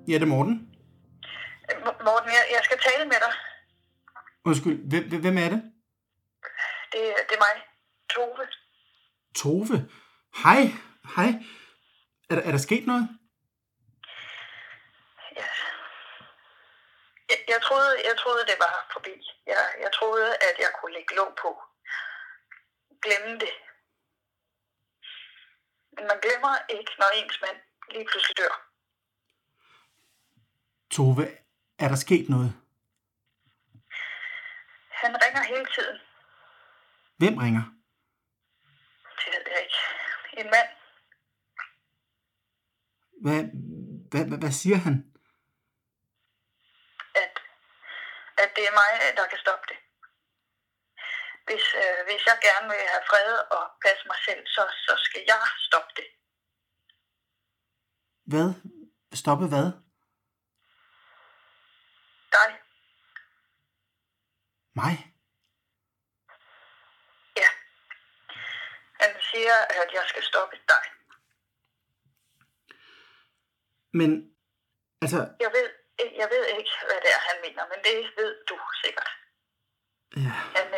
Ja, det er Morten. Morten, jeg skal tale med dig. Undskyld, hvem er det? Det er mig, Tove. Tove? Hej. Er der sket noget? Ja. Jeg troede, det var forbi. Jeg troede, at jeg kunne lægge låg på. Glemme det. Men man glemmer ikke, når ens mand lige pludselig dør. Tove, er der sket noget? Han ringer hele tiden. Hvem ringer? Det ved jeg ikke. En mand. Hvad siger han? At det er mig, der kan stoppe det. Hvis jeg gerne vil have fred og passe mig selv, så skal jeg stoppe det. Hvad? Stoppe hvad? Dig. Mig? Ja. Han siger, at jeg skal stoppe dig. Men, altså... Jeg ved ikke, hvad det er, han mener, men det ved du sikkert. Ja.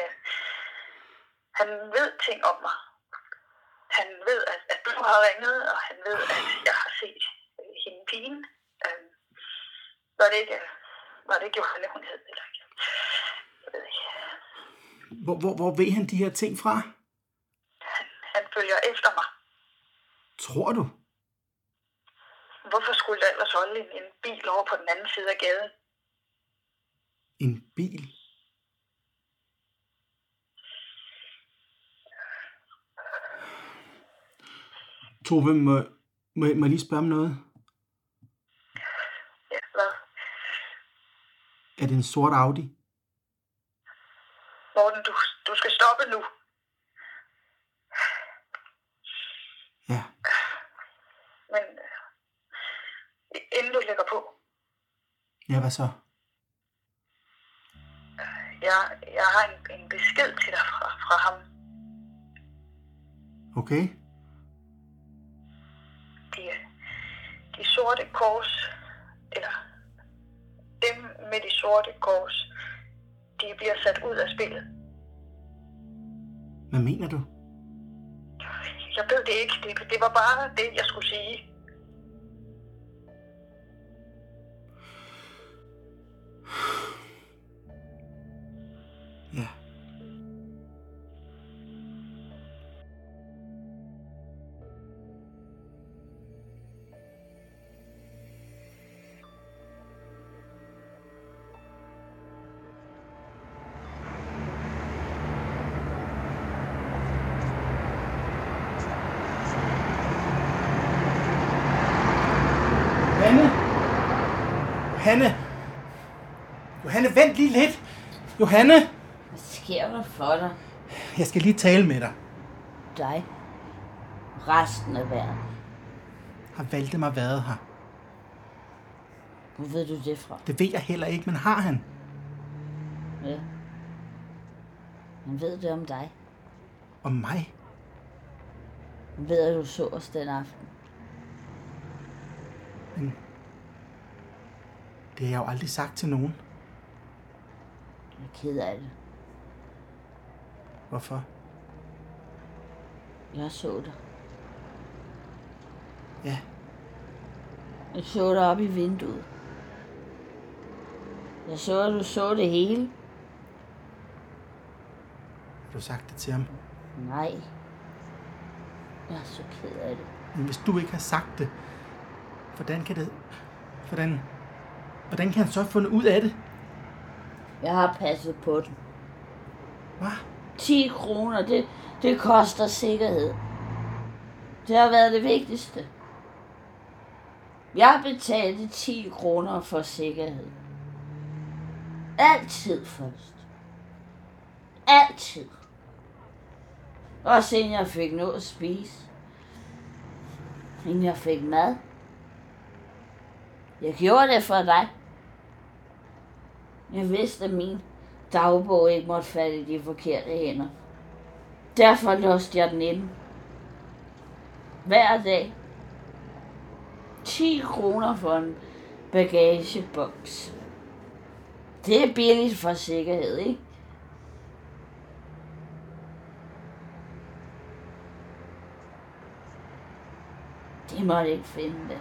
Han ved ting om mig. Han ved, at du har ringet, og han ved, at jeg har set hende pigen. Var det ikke Johanne, hun hed? Eller ikke? Jeg ved ikke. Hvor ved han de her ting fra? Han følger efter mig. Tror du? Hvorfor skulle der ellers holde en bil over på den anden side af gaden? En bil? Tove, må jeg lige spørge om noget? Ja, hvad? Er det en sort Audi? Morten, du skal stoppe nu. Ja. Men inden du lægger på. Ja, hvad så? Jeg har en besked til dig fra ham. Okay. De sorte kors, eller dem med de sorte kors, de bliver sat ud af spillet. Hvad mener du? Jeg ved det ikke. Det var bare det, jeg skulle sige. Ja. Johanne, vent lige lidt. Johanne! Hvad sker der for dig? Jeg skal lige tale med dig. Dig? Resten af verden? Har Valdemar været her? Hvor ved du det fra? Det ved jeg heller ikke, men har han? Ja. Han ved det om dig. Om mig? Han ved, at du så os den aften. Men det har jeg jo aldrig sagt til nogen. Jeg er ked af det. Hvorfor? Jeg så dig. Ja. Jeg så dig op i vinduet. Jeg så, at du så det hele. Har du sagt det til ham? Nej. Jeg er så ked af det. Men hvis du ikke har sagt det, hvordan kan han så have fundet ud af det? Jeg har passet på den. Hvad? 10 kroner, det koster sikkerhed. Det har været det vigtigste. Jeg betalte 10 kroner for sikkerhed. Altid først. Altid. Også inden jeg fik noget at spise. Inden jeg fik mad. Jeg gjorde det for dig. Jeg vidste, at min dagbog ikke måtte falde i de forkerte hænder. Derfor låste jeg den inde. Hver dag. 10 kroner for bagageboks. Det er billigt for sikkerhed, ikke? De måtte ikke finde den.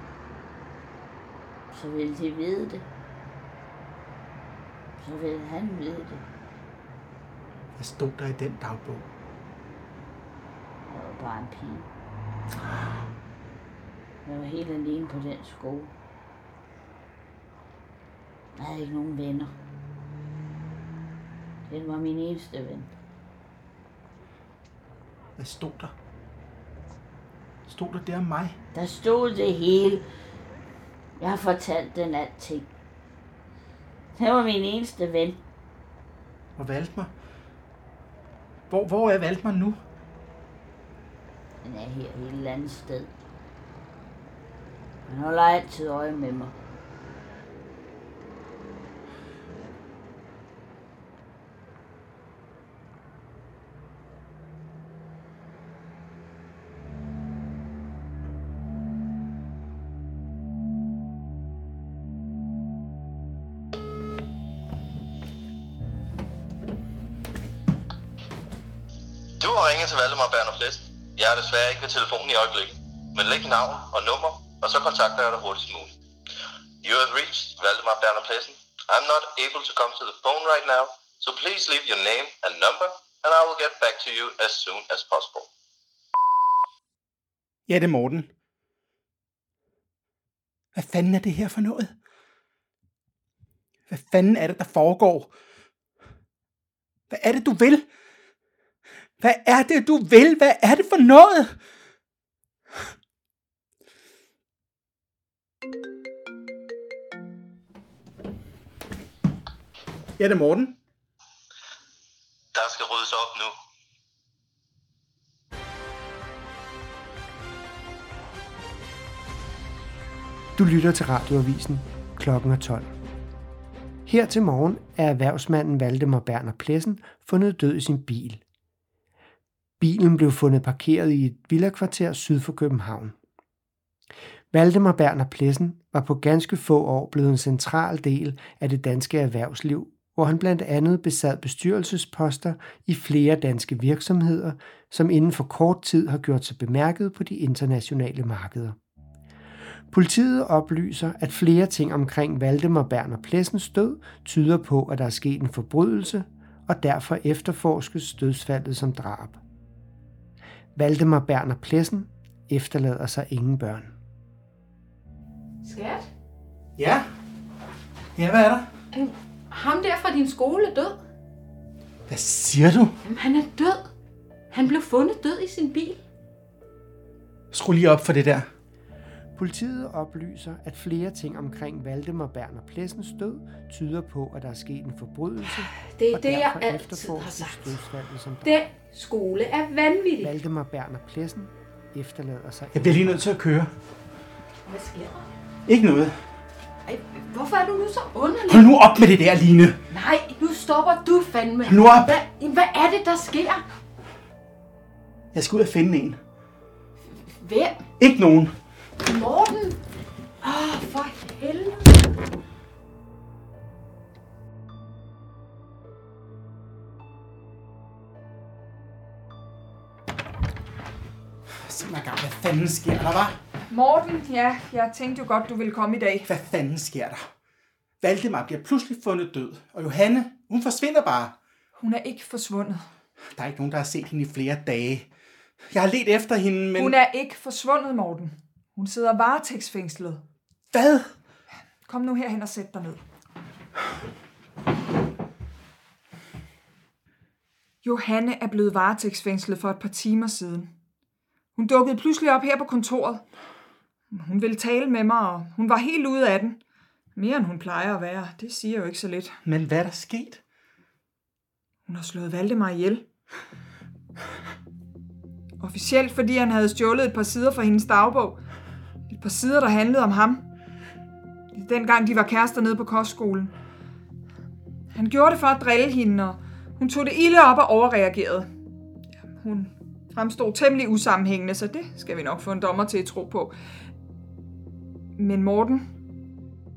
Så ville de vide det. Så ville han vide det. Hvad stod der i den dagbog? Jeg var bare en pige. Jeg var helt alene på den skole. Jeg havde ikke nogen venner. Den var min eneste ven. Hvad stod der? Stod der det om mig? Der stod det hele. Jeg har fortalt den alting. Det var min eneste ven. Og Valdemar? Hvor er Valdemar nu? Han er her et eller andet sted. Han holder altid øje med mig. Du har ringet til Valdemar Berner Plessen. Jeg er desværre ikke ved telefonen i øjeblikket, men læg navn og nummer, og så kontakter jeg dig hurtigst muligt. You have reached Valdemar Berner Plessen. I'm not able to come to the phone right now, so please leave your name and number, and I will get back to you as soon as possible. Ja, det er Morten. Hvad fanden er det her for noget? Hvad fanden er det, der foregår? Hvad er det, du vil? Hvad er det, du vil? Hvad er det for noget? Ja, det er Morten. Der skal ryddes op nu. Du lytter til Radioavisen. Klokken er 12. Her til morgen er erhvervsmanden Valdemar Berner Plessen fundet død i sin bil. Bilen blev fundet parkeret i et villakvarter syd for København. Valdemar Berner Plessen var på ganske få år blevet en central del af det danske erhvervsliv, hvor han blandt andet besad bestyrelsesposter i flere danske virksomheder, som inden for kort tid har gjort sig bemærket på de internationale markeder. Politiet oplyser, at flere ting omkring Valdemar Berner Plessens død tyder på, at der er sket en forbrydelse, og derfor efterforskes dødsfaldet som drab. Valdemar Berner Plessen efterlader sig ingen børn. Skat? Ja? Ja, hvad er der? Ham der fra din skole er død. Hvad siger du? Jamen, han er død. Han blev fundet død i sin bil. Skru lige op for det der. Politiet oplyser, at flere ting omkring Valdemar Berner Plessens død tyder på, at der er sket en forbrydelse, Det er og det, jeg derfor altid har efterforskes sagt. dødsfaldet som drab. Den skole er vanvittig. Valdemar Berner Plessen efterlader sig. Jeg bliver lige nødt til at køre. Hvad sker der? Ikke noget. Ej, hvorfor er du nu så underlig? Hold nu op med det der, Line. Nej, nu stopper du fandme. Hold nu op. Hvad er det, der sker? Jeg skal ud og finde en. Hvem? Ikke nogen. Morten? For helvede. Sig mig gang, hvad fanden sker der, var? Morten, ja, jeg tænkte jo godt, du ville komme i dag. Hvad fanden sker der? Valdemar bliver pludselig fundet død, og Johanne, hun forsvinder bare. Hun er ikke forsvundet. Der er ikke nogen, der har set hende i flere dage. Jeg har let efter hende, men... Hun er ikke forsvundet, Morten. Hun sidder varetægtsfængslet. Hvad? Kom nu herhen og sæt dig ned. Johanne er blevet varetægtsfængslet for et par timer siden. Hun dukkede pludselig op her på kontoret. Hun ville tale med mig, og hun var helt ude af den. Mere end hun plejer at være. Det siger jo ikke så lidt. Men hvad er der sket? Hun har slået Valdemar ihjel. Officielt, fordi han havde stjålet et par sider fra hendes dagbog. Et par sider, der handlede om ham. Dengang de var kærester nede på kostskolen. Han gjorde det for at drille hende, og hun tog det ilde op og overreagerede. Hun fremstod temmelig usammenhængende, så det skal vi nok få en dommer til at tro på. Men Morten,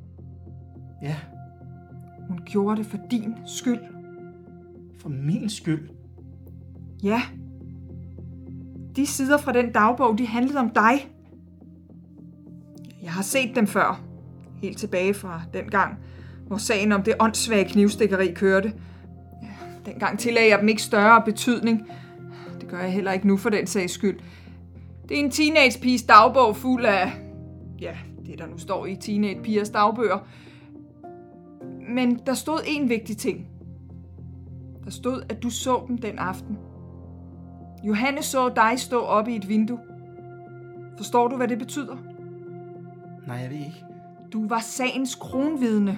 Ja, Hun gjorde det for din skyld. for min skyld. Ja. De sider fra den dagbog, de handlede om dig. Jeg har set dem før. Helt tilbage fra den gang, hvor sagen om det åndssvage knivstikkeri kørte. Ja, dengang tillagde jeg dem ikke større betydning. Det gør jeg heller ikke nu for den sags skyld. Det er en teenagepiges dagbog fuld af, ja, det der nu står i teenagepigers dagbøger. Men der stod en vigtig ting. Der stod, at du så dem den aften. Johanne så dig stå oppe i et vindue. Forstår du, hvad det betyder? Nej, jeg ved ikke. Du var sagens kronvidne.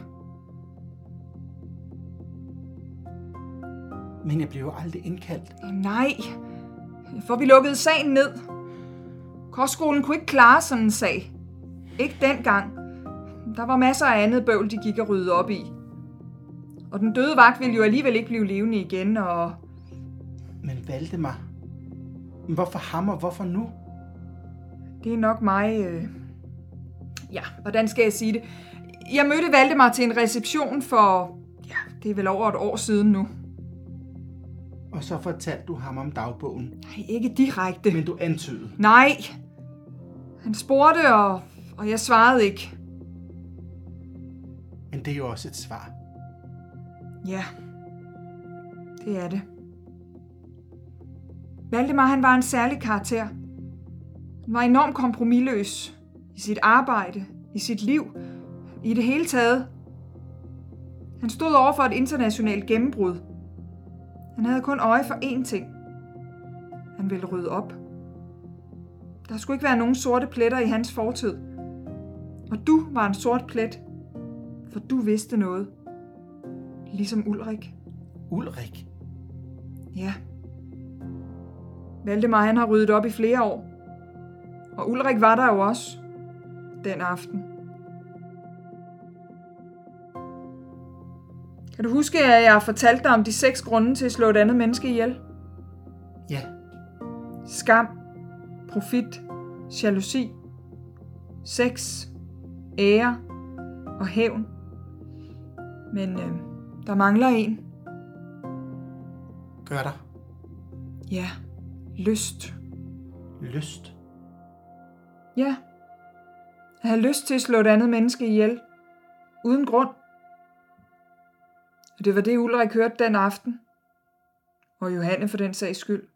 Men jeg blev jo aldrig indkaldt. Nej, for vi lukkede sagen ned. Kostskolen kunne ikke klare sådan en sag. Ikke dengang. Der var masser af andet bøvl, de gik og ryddede op i. Og den døde vagt ville jo alligevel ikke blive levende igen, og... Men Valdemar, hvorfor ham og hvorfor nu? Det er nok mig... Ja, hvordan skal jeg sige det? Jeg mødte Valdemar til en reception for... Ja, det er vel over et år siden nu. Og så fortalte du ham om dagbogen. Nej, ikke direkte. Men du antydede. Nej. Han spurgte, og jeg svarede ikke. Men det er jo også et svar. Ja, det er det. Valdemar, han var en særlig karakter. Han var enormt kompromisløs i sit arbejde, i sit liv, i det hele taget. Han stod over for et internationalt gennembrud. Han havde kun øje for én ting. Han ville rydde op. Der skulle ikke være nogen sorte pletter i hans fortid. Og du var en sort plet, for du vidste noget. Ligesom Ulrik. Ulrik? Ja. Valdemar, han har ryddet op i flere år. Og Ulrik var der jo også den aften. Kan du huske, at jeg fortalte dig om de 6 grunde til at slå et andet menneske ihjel? Ja. Skam, profit, jalousi, sex, ære og hævn. Men der mangler en. Gør der? Ja, lyst. Lyst? Ja. At have lyst til at slå et andet menneske ihjel. Uden grund. Og det var det, Ulrik hørte den aften. Og Johanne for den sags skyld.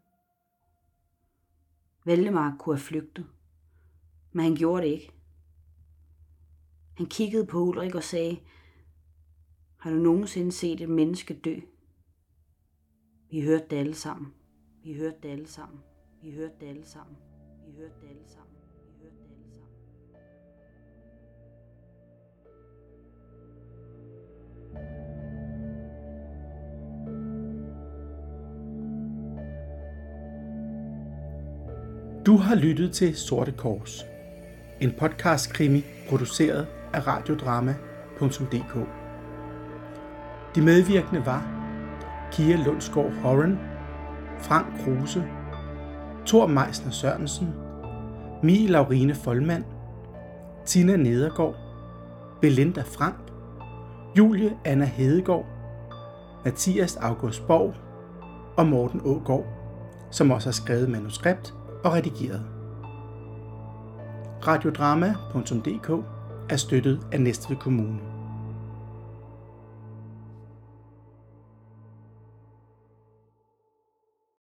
Valdemar kunne have flygtet, men han gjorde det ikke. Han kiggede på Ulrik og sagde, har du nogensinde set et menneske dø? Vi hørte det alle sammen. Vi hørte det alle sammen. Vi hørte det alle sammen. Vi hørte det alle sammen. Vi hørte det alle sammen. Du har lyttet til Sorte Kors, en podcast-krimi produceret af radiodrama.dk. De medvirkende var Kia Lundsgaard Horan, Frank Kruse, Thor Meisner Sørensen, Mie Laurine Folmand, Tina Nedergaard, Belinda Frank, Julie Anna Hedegaard, Mathias August Borg og Morten Aagaard, som også har skrevet manuskript og redigeret. Radiodrama.dk er støttet af Næstved Kommune.